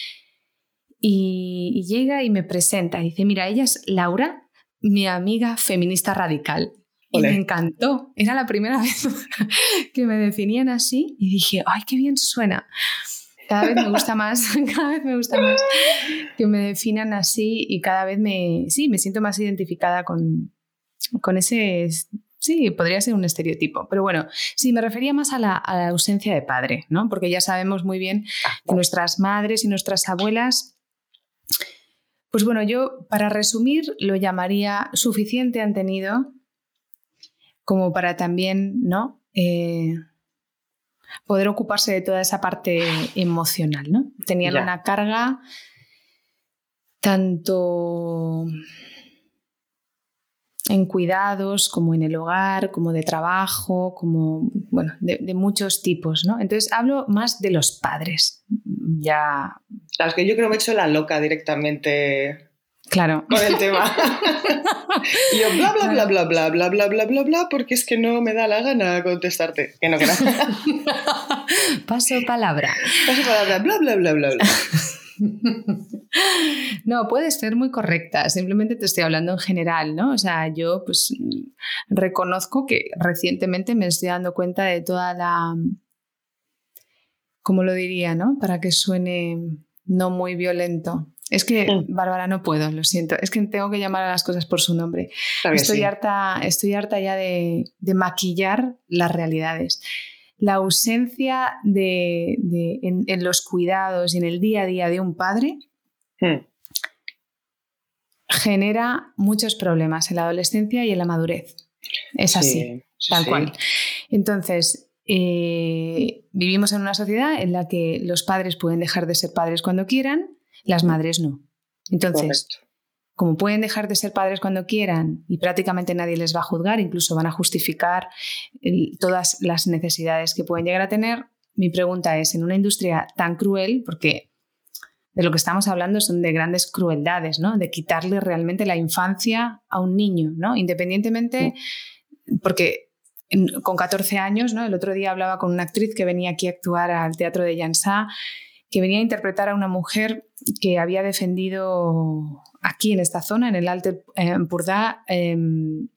Speaker 1: Y llega y me presenta y dice, mira, ella es Laura, mi amiga feminista radical. Y me encantó, era la primera vez que me definían así y dije, ¡ay, qué bien suena! Cada vez me gusta más que me definan así y cada vez me siento más identificada con ese... Sí, podría ser un estereotipo, pero bueno, sí, me refería más a la ausencia de padre, ¿no? Porque ya sabemos muy bien que nuestras madres y nuestras abuelas Pues bueno, yo para resumir lo llamaría suficiente han tenido como para también, ¿no? Poder ocuparse de toda esa parte emocional, ¿no? Tenían una carga tanto en cuidados, como en el hogar, como de trabajo, como, bueno, de muchos tipos, ¿no? Entonces hablo más de los padres. Ya.
Speaker 2: Claro, es que yo creo que me he hecho la loca directamente.
Speaker 1: Claro.
Speaker 2: Con el tema. Y yo bla, bla, bla, bla, bla, bla, bla, bla, bla, bla, porque es que no me da la gana contestarte. Que no, que no.
Speaker 1: Paso palabra.
Speaker 2: Paso palabra, bla, bla, bla, bla, bla.
Speaker 1: No, puedes ser muy correcta, simplemente te estoy hablando en general, ¿no? O sea, yo pues reconozco que recientemente me estoy dando cuenta de toda la, ¿cómo lo diría, no? Para que suene no muy violento. Es que, Bárbara, no puedo, lo siento. Es que tengo que llamar a las cosas por su nombre.
Speaker 2: Claro que
Speaker 1: estoy harta ya de maquillar las realidades. La ausencia en los cuidados y en el día a día de un padre genera muchos problemas en la adolescencia y en la madurez. Es así, tal cual. Entonces, vivimos en una sociedad en la que los padres pueden dejar de ser padres cuando quieran, las madres no. Entonces, como pueden dejar de ser padres cuando quieran y prácticamente nadie les va a juzgar, incluso van a justificar todas las necesidades que pueden llegar a tener, mi pregunta es, en una industria tan cruel, porque de lo que estamos hablando son de grandes crueldades, ¿no? De quitarle realmente la infancia a un niño, ¿no? Independientemente, porque con 14 años, ¿no? El otro día hablaba con una actriz que venía aquí a actuar al Teatro de Llançà, que venía a interpretar a una mujer que había defendido aquí en esta zona, en el Alt Empordà, el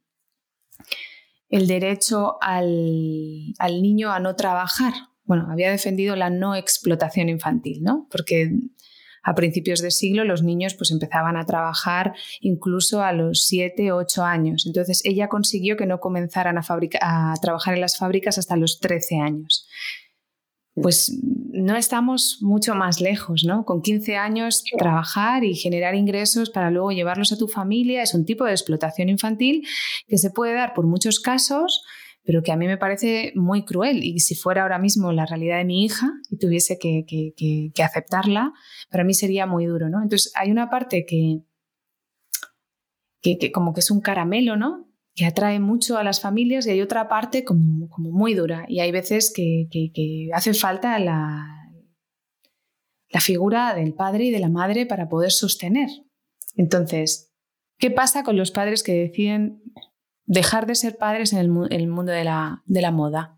Speaker 1: derecho al niño a no trabajar. Bueno, había defendido la no explotación infantil, ¿no? Porque a principios de siglo los niños pues empezaban a trabajar incluso a los 7 o 8 años. Entonces ella consiguió que no comenzaran a trabajar en las fábricas hasta los 13 años. Pues no estamos mucho más lejos, ¿no? Con 15 años trabajar y generar ingresos para luego llevarlos a tu familia es un tipo de explotación infantil que se puede dar por muchos casos, pero que a mí me parece muy cruel. Y si fuera ahora mismo la realidad de mi hija y tuviese que aceptarla, para mí sería muy duro, ¿no? Entonces hay una parte que como que es un caramelo, ¿no? Que atrae mucho a las familias y hay otra parte como muy dura. Y hay veces que hace falta la figura del padre y de la madre para poder sostener. Entonces, ¿qué pasa con los padres que deciden dejar de ser padres en el mundo de la moda?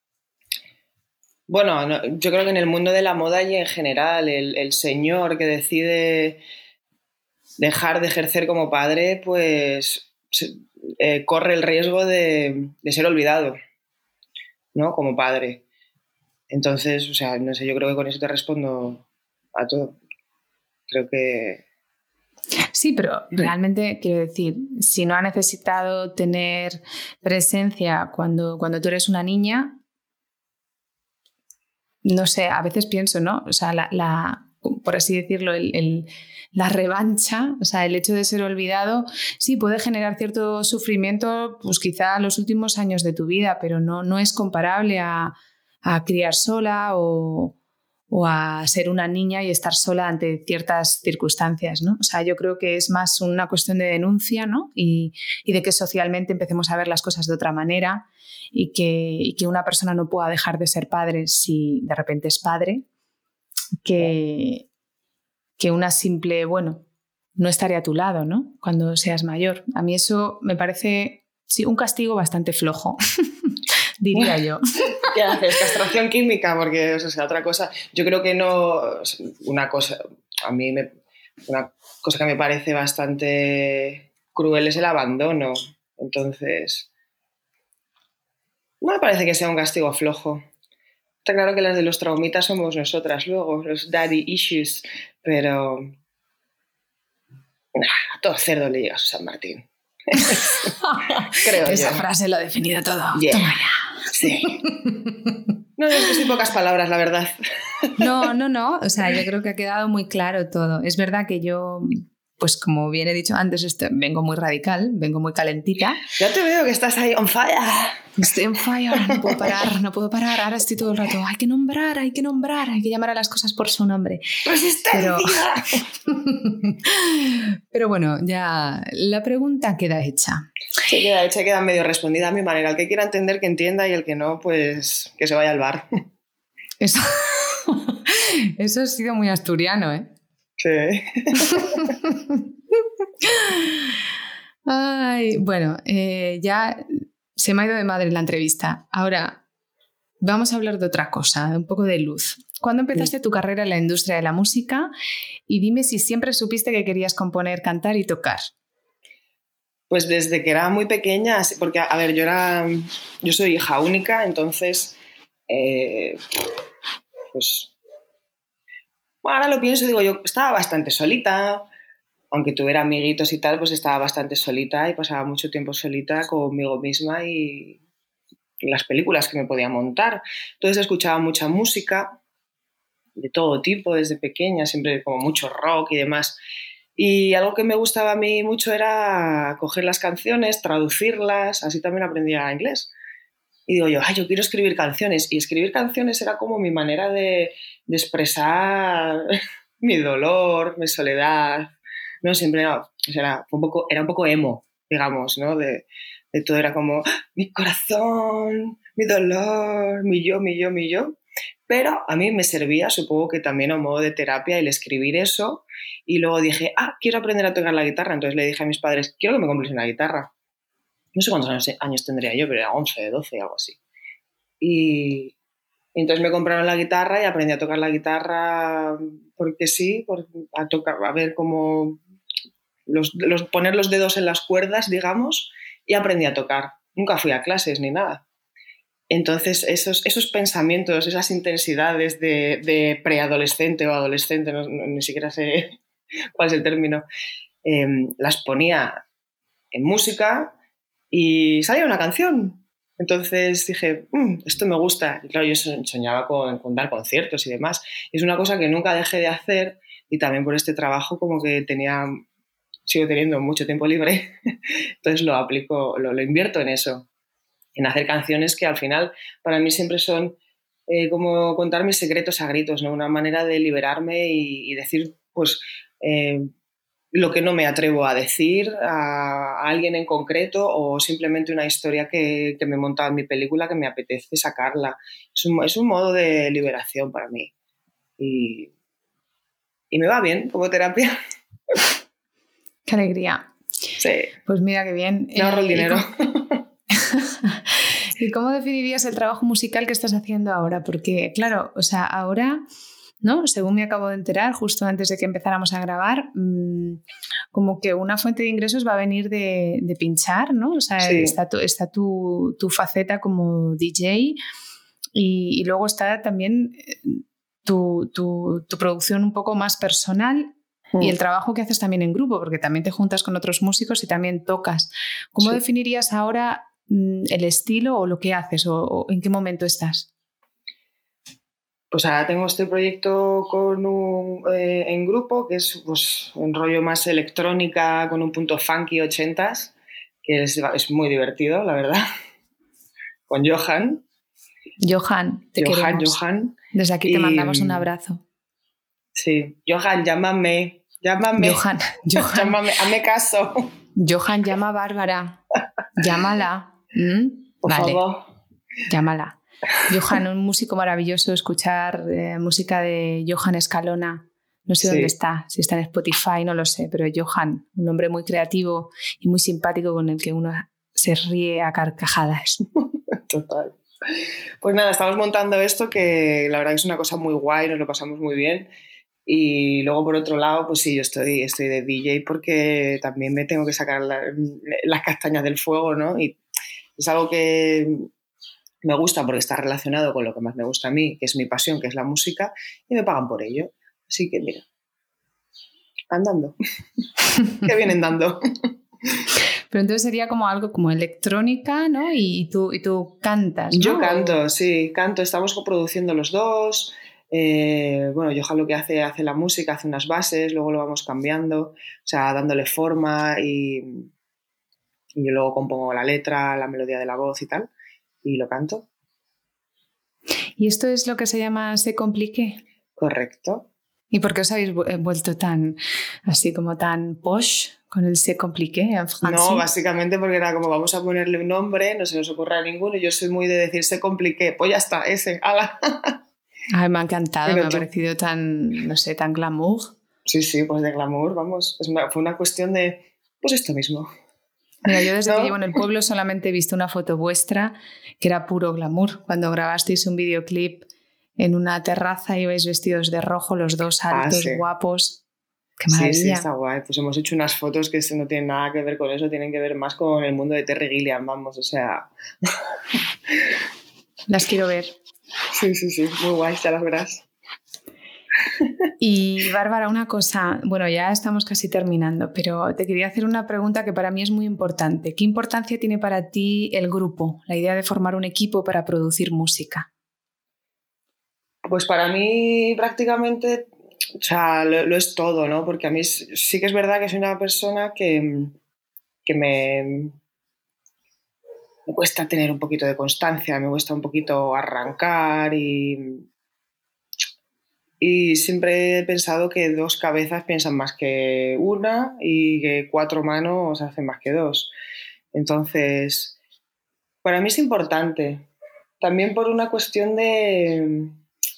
Speaker 2: Bueno, no, yo creo que en el mundo de la moda y en general, el señor que decide dejar de ejercer como padre, pues corre el riesgo de ser olvidado, ¿no? Como padre. Entonces, o sea, no sé, yo creo que con eso te respondo a todo. Creo que...
Speaker 1: Sí, pero realmente quiero decir, si no ha necesitado tener presencia cuando tú eres una niña, no sé, a veces pienso, ¿no? O sea, por así decirlo, la revancha, o sea, el hecho de ser olvidado, sí puede generar cierto sufrimiento, pues quizá los últimos años de tu vida, pero no es comparable a criar sola o a ser una niña y estar sola ante ciertas circunstancias, ¿no? O sea, yo creo que es más una cuestión de denuncia, ¿no? Y de que socialmente empecemos a ver las cosas de otra manera y que una persona no pueda dejar de ser padre si de repente es padre, que una simple, bueno, no estaré a tu lado, ¿no? Cuando seas mayor. A mí eso me parece, sí, un castigo bastante flojo, diría yo.
Speaker 2: ¿Qué haces? Castración química, porque, o sea, otra cosa, yo creo que no, una cosa que me parece bastante cruel es el abandono. Entonces, no me parece que sea un castigo flojo. Está claro que las de los traumitas somos nosotras luego, los daddy issues, pero a todo cerdo le llega a San Martín. Creo
Speaker 1: Esa
Speaker 2: yo.
Speaker 1: frase lo ha definido todo.
Speaker 2: Yeah.
Speaker 1: Toma ya.
Speaker 2: Sí. No, es que son pocas palabras, la verdad.
Speaker 1: No. O sea, yo creo que ha quedado muy claro todo. Es verdad que yo pues como bien he dicho antes, vengo muy radical, vengo muy calentita.
Speaker 2: Ya te veo que estás ahí on fire.
Speaker 1: Estoy on fire, no puedo parar. Ahora estoy todo el rato, hay que nombrar, hay que llamar a las cosas por su nombre.
Speaker 2: ¡Resistencia!
Speaker 1: Pero bueno, ya la pregunta queda hecha.
Speaker 2: Sí, queda hecha, queda medio respondida a mi manera. El que quiera entender, que entienda, y el que no, pues que se vaya al bar.
Speaker 1: Eso ha sido muy asturiano, ¿eh?
Speaker 2: Sí.
Speaker 1: Ay, bueno, ya se me ha ido de madre la entrevista. Ahora vamos a hablar de otra cosa, un poco de luz. ¿Cuándo empezaste tu carrera en la industria de la música? Y dime si siempre supiste que querías componer, cantar y tocar.
Speaker 2: Pues desde que era muy pequeña, porque, a ver, yo soy hija única, entonces, pues, bueno, ahora lo pienso, digo, yo estaba bastante solita, aunque tuviera amiguitos y tal, pues estaba bastante solita y pasaba mucho tiempo solita conmigo misma y las películas que me podía montar. Entonces escuchaba mucha música de todo tipo desde pequeña, siempre como mucho rock y demás. Y algo que me gustaba a mí mucho era coger las canciones, traducirlas, así también aprendía inglés. Y digo yo quiero escribir canciones. Y escribir canciones era como mi manera de expresar mi dolor, mi soledad. No, siempre era un poco emo, digamos, ¿no? De todo era como mi corazón, mi dolor, mi yo. Pero a mí me servía, supongo que también a modo de terapia, el escribir eso. Y luego dije, quiero aprender a tocar la guitarra. Entonces le dije a mis padres, quiero que me compres una guitarra. No sé cuántos años tendría yo, pero era 11, 12, algo así. Y entonces me compraron la guitarra y aprendí a tocar la guitarra porque sí, a ver cómo poner los dedos en las cuerdas, digamos, y aprendí a tocar. Nunca fui a clases ni nada. Entonces esos pensamientos, esas intensidades de preadolescente o adolescente, ni siquiera sé cuál es el término, las ponía en música y salía una canción. Entonces dije, esto me gusta. Y claro, yo soñaba con dar conciertos y demás. Y es una cosa que nunca dejé de hacer y también por este trabajo como que sigo teniendo mucho tiempo libre. Entonces lo aplico, lo invierto en eso, en hacer canciones que al final para mí siempre son como contar mis secretos a gritos, ¿no? Una manera de liberarme y decir, pues, lo que no me atrevo a decir a alguien en concreto o simplemente una historia que me he montado en mi película que me apetece sacarla. Es un modo de liberación para mí y me va bien como terapia.
Speaker 1: ¡Qué alegría!
Speaker 2: Sí.
Speaker 1: Pues mira qué bien.
Speaker 2: Me ahorro el dinero.
Speaker 1: ¿Y cómo definirías el trabajo musical que estás haciendo ahora? Porque, claro, o sea, ahora, ¿no? Según me acabo de enterar, justo antes de que empezáramos a grabar, como que una fuente de ingresos va a venir de pinchar, ¿no? O sea, sí. Está tu faceta como DJ y luego está también tu producción un poco más personal. Y el trabajo que haces también en grupo, porque también te juntas con otros músicos y también tocas. ¿Cómo definirías ahora el estilo o lo que haces o en qué momento estás?
Speaker 2: Pues ahora tengo este proyecto en grupo, que es pues, un rollo más electrónica con un punto funky 80s, que es muy divertido, la verdad, con Johan.
Speaker 1: Te queremos.
Speaker 2: Johan.
Speaker 1: Desde aquí te mandamos un abrazo.
Speaker 2: Sí, Johan, llámame.
Speaker 1: Johan.
Speaker 2: Llámame, hazme caso.
Speaker 1: Johan, llama a Bárbara. Llámala.
Speaker 2: Por favor.
Speaker 1: Llámala. Johan, un músico maravilloso, escuchar música de Johan Escalona. No sé dónde está, si está en Spotify, no lo sé, pero Johan, un hombre muy creativo y muy simpático con el que uno se ríe a carcajadas.
Speaker 2: Total. Pues nada, estamos montando esto que la verdad que es una cosa muy guay, nos lo pasamos muy bien. Y luego, por otro lado, pues sí, yo estoy de DJ porque también me tengo que sacar las castañas del fuego, ¿no? Y es algo que me gusta porque está relacionado con lo que más me gusta a mí, que es mi pasión, que es la música, y me pagan por ello. Así que, mira, andando. Que vienen dando.
Speaker 1: Pero entonces sería como algo como electrónica, ¿no? Y tú cantas, ¿no?
Speaker 2: Yo canto, sí, canto. Estamos coproduciendo los dos. Bueno, Johan lo que hace la música, hace unas bases, luego lo vamos cambiando, o sea, dándole forma y yo luego compongo la letra, la melodía de la voz y tal, y lo canto.
Speaker 1: ¿Y esto es lo que se llama Se Compliqué?
Speaker 2: Correcto.
Speaker 1: ¿Y por qué os habéis vuelto tan, así como tan posh con el Se Compliqué en francés?
Speaker 2: No, básicamente porque era como vamos a ponerle un nombre, no se nos ocurre a ninguno, yo soy muy de decir Se Compliqué, pues ya está, ese, ala.
Speaker 1: Ay, me ha encantado,
Speaker 2: Pero
Speaker 1: me ha parecido tan, no sé, tan glamour.
Speaker 2: Sí, pues de glamour, vamos, fue una cuestión de, pues esto mismo.
Speaker 1: Mira, yo desde
Speaker 2: ¿No?
Speaker 1: que llevo en el pueblo solamente he visto una foto vuestra que era puro glamour. Cuando grabasteis un videoclip en una terraza ibais vestidos de rojo, los dos altos,
Speaker 2: sí.
Speaker 1: Guapos. ¡Qué maravilla!
Speaker 2: Sí, está guay. Pues hemos hecho unas fotos que no tienen nada que ver con eso, tienen que ver más con el mundo de Terry Gilliam, vamos, o sea...
Speaker 1: Las quiero ver.
Speaker 2: Sí, muy guay, ya las verás.
Speaker 1: Y Bárbara, una cosa, bueno, ya estamos casi terminando, pero te quería hacer una pregunta que para mí es muy importante. ¿Qué importancia tiene para ti el grupo, la idea de formar un equipo para producir música?
Speaker 2: Pues para mí prácticamente, o sea, lo es todo, ¿no? Porque a mí sí que es verdad que soy una persona que me cuesta tener un poquito de constancia, me cuesta un poquito arrancar y siempre he pensado que 2 cabezas piensan más que una y que 4 manos hacen más que 2. Entonces, para mí es importante. También por una cuestión de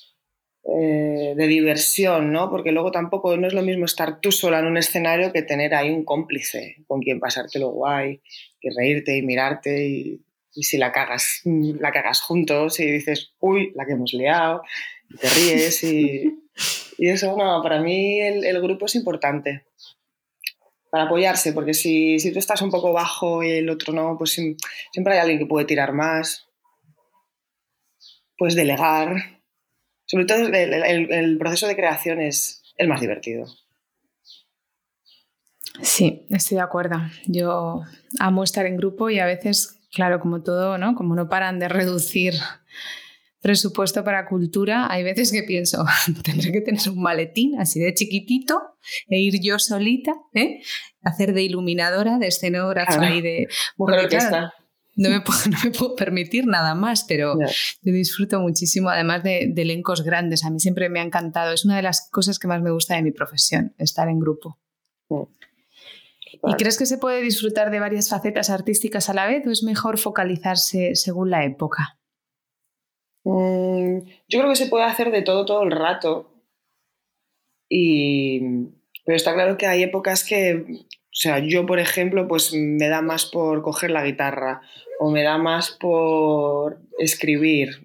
Speaker 2: diversión, ¿no? Porque luego tampoco no es lo mismo estar tú sola en un escenario que tener ahí un cómplice con quien pasártelo guay y reírte y mirarte y si la cagas juntos y dices, uy, la que hemos liado, y te ríes y eso, no, para mí el grupo es importante para apoyarse, porque si tú estás un poco bajo y el otro no, pues siempre hay alguien que puede tirar más, puedes delegar. Sobre todo el proceso de creación es el más divertido.
Speaker 1: Sí, estoy de acuerdo. Yo amo estar en grupo y a veces, claro, como todo, ¿no? Como no paran de reducir presupuesto para cultura, hay veces que pienso, tendré que tener un maletín así de chiquitito e ir yo solita, hacer de iluminadora, de escenógrafa, claro. Y de...
Speaker 2: Mujer orquesta.
Speaker 1: No me puedo permitir nada más, pero yo disfruto muchísimo, además de elencos grandes. A mí siempre me ha encantado. Es una de las cosas que más me gusta de mi profesión, estar en grupo. ¿Y crees que se puede disfrutar de varias facetas artísticas a la vez o es mejor focalizarse según la época?
Speaker 2: Yo creo que se puede hacer de todo el rato. Pero está claro que hay épocas que... O sea, yo, por ejemplo, pues me da más por coger la guitarra o me da más por escribir.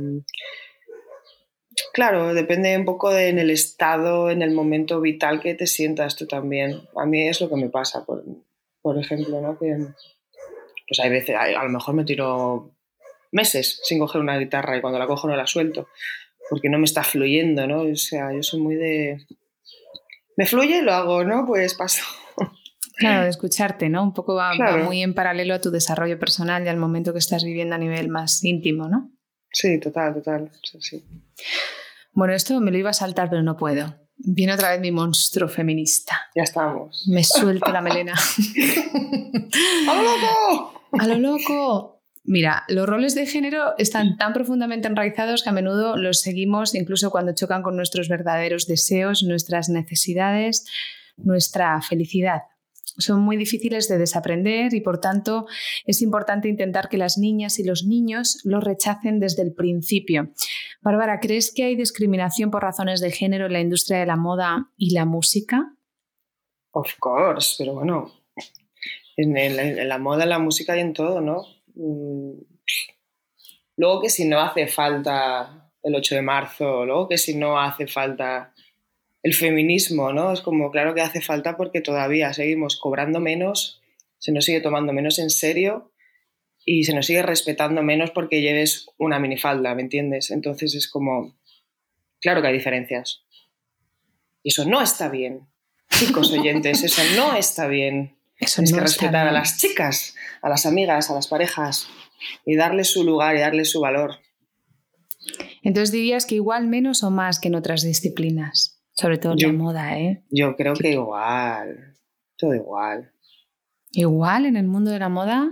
Speaker 2: Claro, depende un poco en el estado, en el momento vital que te sientas tú también. A mí es lo que me pasa, por ejemplo, ¿no? Que pues hay veces, a lo mejor me tiro meses sin coger una guitarra y cuando la cojo no la suelto porque no me está fluyendo, ¿no? O sea, yo soy muy de... Me fluye, lo hago, ¿no? Pues paso.
Speaker 1: Claro, de escucharte, ¿no? Un poco va muy en paralelo a tu desarrollo personal y al momento que estás viviendo a nivel más íntimo, ¿no?
Speaker 2: Sí, total. Sí.
Speaker 1: Bueno, esto me lo iba a saltar, pero no puedo. Viene otra vez mi monstruo feminista.
Speaker 2: Ya estamos.
Speaker 1: Me suelto la melena.
Speaker 2: ¡A lo loco!
Speaker 1: ¡A lo loco! Mira, los roles de género están tan profundamente enraizados que a menudo los seguimos incluso cuando chocan con nuestros verdaderos deseos, nuestras necesidades, nuestra felicidad. Son muy difíciles de desaprender y, por tanto, es importante intentar que las niñas y los niños los rechacen desde el principio. Bárbara, ¿crees que hay discriminación por razones de género en la industria de la moda y la música?
Speaker 2: Of course, pero bueno, en la moda, en la música y en todo, ¿no? Luego que si no hace falta el 8 de marzo, luego que si no hace falta... El feminismo, ¿no? Es como, claro que hace falta porque todavía seguimos cobrando menos, se nos sigue tomando menos en serio y se nos sigue respetando menos porque lleves una minifalda, ¿me entiendes? Entonces es como, claro que hay diferencias. Y eso no está bien. Chicos oyentes, eso no está bien. Tienes que respetar a las chicas, a las amigas, a las parejas y darles su lugar y darles su valor.
Speaker 1: Entonces dirías que igual menos o más que en otras disciplinas, sobre todo en la moda, ¿eh?
Speaker 2: Yo creo que igual, todo igual.
Speaker 1: ¿Igual en el mundo de la moda?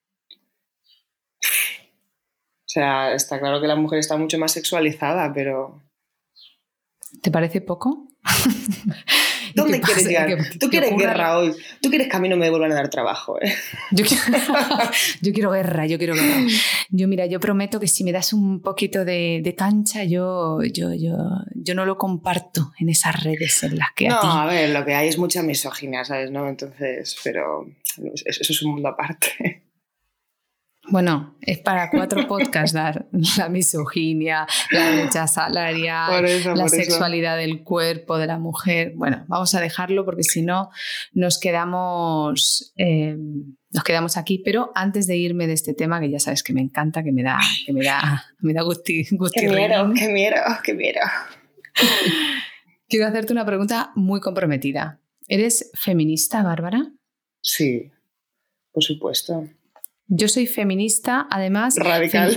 Speaker 2: O sea, está claro que la mujer está mucho más sexualizada, pero...
Speaker 1: ¿Te parece poco?
Speaker 2: ¿Dónde quieres llegar? Tú quieres guerra hoy. Tú quieres que a mí no me vuelvan a dar trabajo, ¿eh?
Speaker 1: Yo quiero guerra. Yo prometo que si me das un poquito de cancha, yo no lo comparto en esas redes en las que
Speaker 2: no,
Speaker 1: a ti...
Speaker 2: a ver, lo que hay es mucha misoginia, ¿sabes? ¿No? Entonces, pero eso es un mundo aparte.
Speaker 1: Bueno, es para 4 podcasts dar la misoginia, la brecha salarial, la sexualidad del cuerpo de la mujer. Bueno, vamos a dejarlo porque si no nos quedamos aquí. Pero antes de irme de este tema, que ya sabes que me encanta, que me da gusti.
Speaker 2: Qué miedo.
Speaker 1: Quiero hacerte una pregunta muy comprometida. ¿Eres feminista, Bárbara?
Speaker 2: Sí, por supuesto.
Speaker 1: Yo soy feminista, además...
Speaker 2: Radical.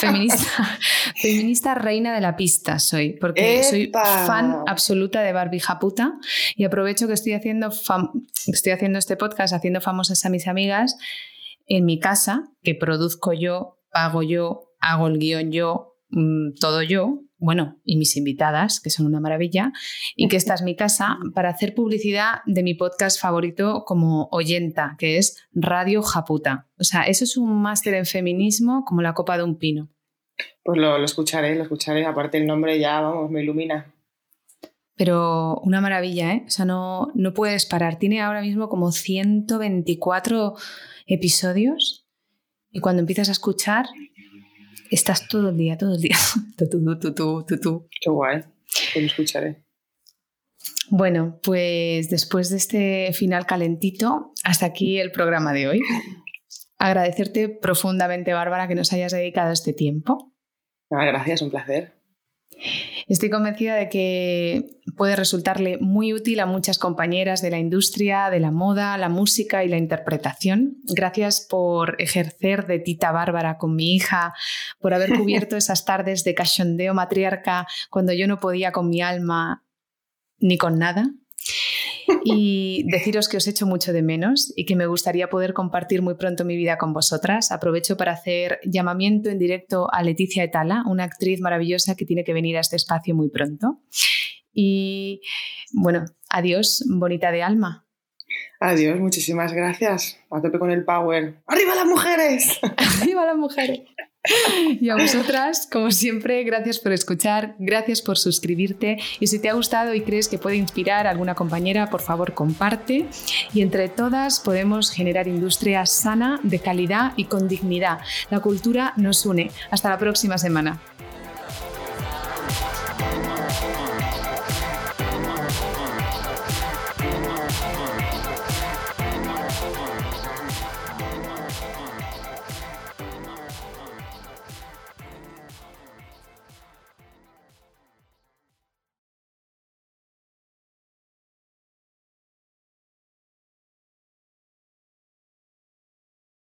Speaker 1: Feminista reina de la pista soy, porque soy fan absoluta de Barbie Japuta y aprovecho que estoy haciendo este podcast, haciendo famosas a mis amigas en mi casa, que produzco yo, pago yo, hago el guión yo, todo yo, bueno, y mis invitadas, que son una maravilla, y que esta es mi casa, para hacer publicidad de mi podcast favorito como oyenta, que es Radio Japuta. O sea, eso es un máster en feminismo como la copa de un pino.
Speaker 2: Pues lo escucharé. Aparte el nombre ya, vamos, me ilumina.
Speaker 1: Pero una maravilla, ¿eh? O sea, no puedes parar. Tiene ahora mismo como 124 episodios y cuando empiezas a escuchar... Estás todo el día. Tú.
Speaker 2: Qué guay, pues lo escucharé.
Speaker 1: Bueno, pues después de este final calentito, hasta aquí el programa de hoy. Agradecerte profundamente, Bárbara, que nos hayas dedicado este tiempo.
Speaker 2: Gracias, un placer.
Speaker 1: Estoy convencida de que puede resultarle muy útil a muchas compañeras de la industria, de la moda, la música y la interpretación. Gracias por ejercer de tita Bárbara con mi hija, por haber cubierto esas tardes de cachondeo matriarca cuando yo no podía con mi alma ni con nada. Y deciros que os echo mucho de menos y que me gustaría poder compartir muy pronto mi vida con vosotras. Aprovecho para hacer llamamiento en directo a Leticia Etala, una actriz maravillosa que tiene que venir a este espacio muy pronto. Y bueno, adiós, bonita de alma.
Speaker 2: Adiós, muchísimas gracias. A tope con el power. ¡Arriba las mujeres!
Speaker 1: ¡Arriba las mujeres! Y a vosotras, como siempre, gracias por escuchar, gracias por suscribirte y si te ha gustado y crees que puede inspirar a alguna compañera, por favor comparte y entre todas podemos generar industria sana, de calidad y con dignidad. La cultura nos une. Hasta la próxima semana.